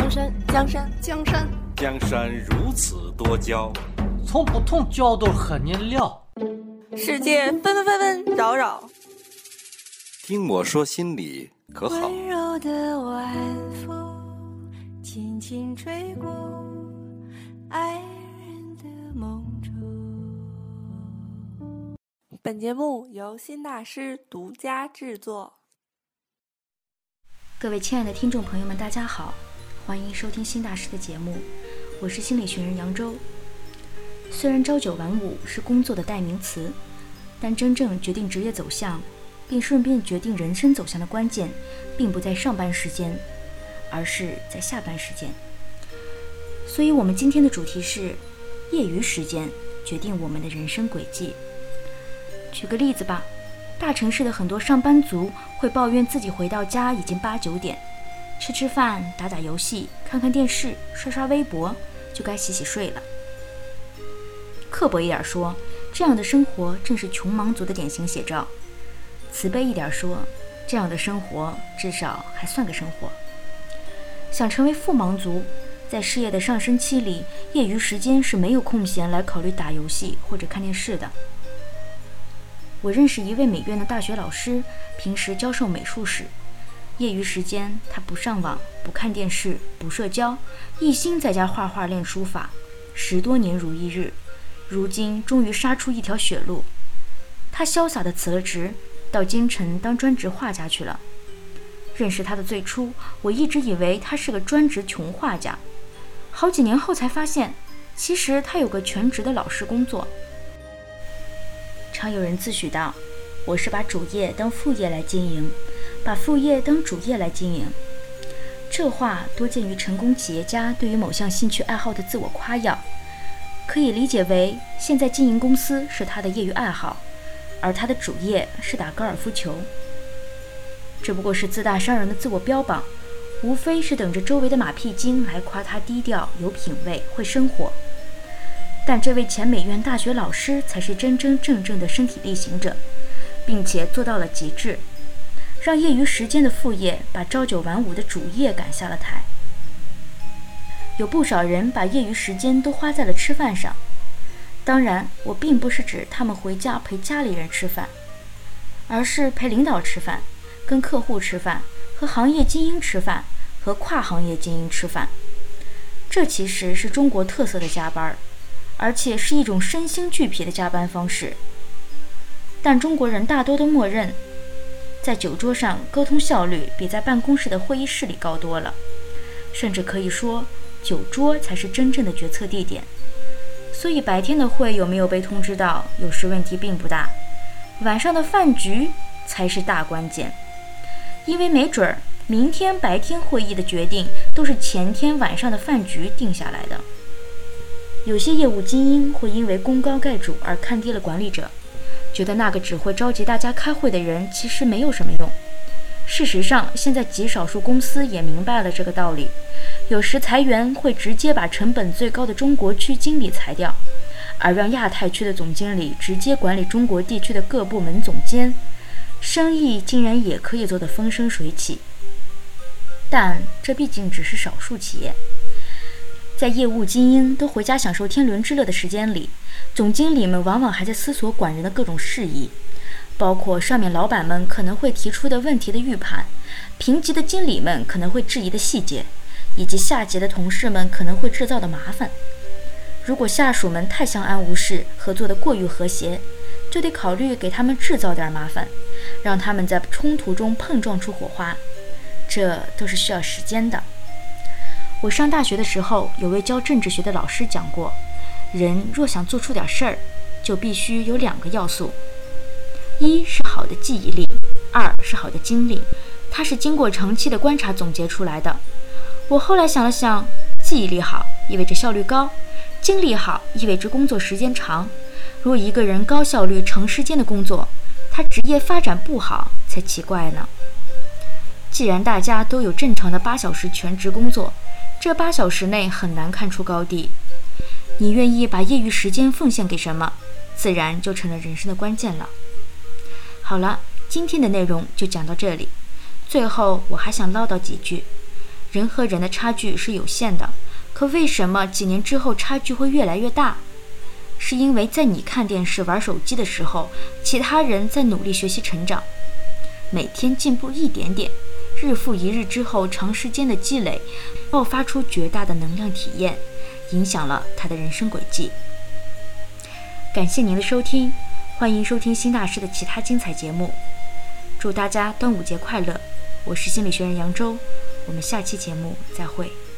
江山如此多娇， 从不同角度和你聊， 世界纷扰扰。 听我说心里可好？ 温柔的晚风轻轻吹过爱人的梦中。本节目由新大师独家制作。 各位亲爱的听众朋友们，大家好，欢迎收听新大师的节目，我是心理学人杨周。虽然朝九晚五是工作的代名词，但真正决定职业走向并顺便决定人生走向的关键并不在上班时间，而是在下班时间。所以我们今天的主题是业余时间决定我们的人生轨迹。举个例子吧，大城市的很多上班族会抱怨自己回到家已经8、9点，吃饭、打打游戏、看看电视、刷刷微博，就该洗睡了。刻薄一点说，这样的生活正是穷忙族的典型写照。慈悲一点说，这样的生活至少还算个生活。想成为富忙族，在事业的上升期里，业余时间是没有空闲来考虑打游戏或者看电视的。我认识一位美院的大学老师，平时教授美术史，业余时间他不上网、不看电视、不社交，一心在家画画练书法，10多年如一日，如今终于杀出一条血路。他潇洒地辞了职，到京城当专职画家去了。认识他的最初，我一直以为他是个专职穷画家，好几年后才发现，其实他有个全职的老师工作。常有人自诩道，我是把主业当副业来经营，把副业当主业来经营。这话多见于成功企业家对于某项兴趣爱好的自我夸耀，可以理解为现在经营公司是他的业余爱好，而他的主业是打高尔夫球。这不过是自大商人的自我标榜，无非是等着周围的马屁精来夸他低调、有品味、会生活。但这位前美院大学老师才是真真正正的身体力行者，并且做到了极致，让业余时间的副业把朝九晚五的主业赶下了台。有不少人把业余时间都花在了吃饭上，当然我并不是指他们回家陪家里人吃饭，而是陪领导吃饭，跟客户吃饭，和行业精英吃饭，和跨行业精英吃饭。这其实是中国特色的加班，而且是一种身心俱疲的加班方式。但中国人大多都默认，在酒桌上沟通效率比在办公室的会议室里高多了，甚至可以说酒桌才是真正的决策地点。所以白天的会有没有被通知到，有时问题并不大，晚上的饭局才是大关键。因为没准明天白天会议的决定都是前天晚上的饭局定下来的。有些业务精英会因为功高盖主而看低了管理者，觉得那个只会召集大家开会的人其实没有什么用。事实上，现在极少数公司也明白了这个道理，有时裁员会直接把成本最高的中国区经理裁掉，而让亚太区的总经理直接管理中国地区的各部门总监，生意竟然也可以做得风生水起。但这毕竟只是少数企业。在业务精英都回家享受天伦之乐的时间里，总经理们往往还在思索管人的各种事宜，包括上面老板们可能会提出的问题的预判，评级的经理们可能会质疑的细节，以及下级的同事们可能会制造的麻烦。如果下属们太相安无事，合作的过于和谐，就得考虑给他们制造点麻烦，让他们在冲突中碰撞出火花，这都是需要时间的。我上大学的时候，有位教政治学的老师讲过，人若想做出点事儿，就必须有2个要素，一是好的记忆力，2是好的精力。它是经过长期的观察总结出来的。我后来想了想，记忆力好意味着效率高，精力好意味着工作时间长。若一个人高效率长时间的工作，他职业发展不好才奇怪呢。既然大家都有正常的8小时全职工作，这8小时内很难看出高低。你愿意把业余时间奉献给什么，自然就成了人生的关键了。好了，今天的内容就讲到这里。最后我还想唠叨几句， 人和人的差距是有限的，可为什么几年之后差距会越来越大？是因为在你看电视玩手机的时候，其他人在努力学习成长，每天进步一点点，日复一日之后，长时间的积累爆发出绝大的能量体验，影响了他的人生轨迹。感谢您的收听，欢迎收听新大师的其他精彩节目。祝大家端午节快乐！我是心理学人杨周，我们下期节目再会。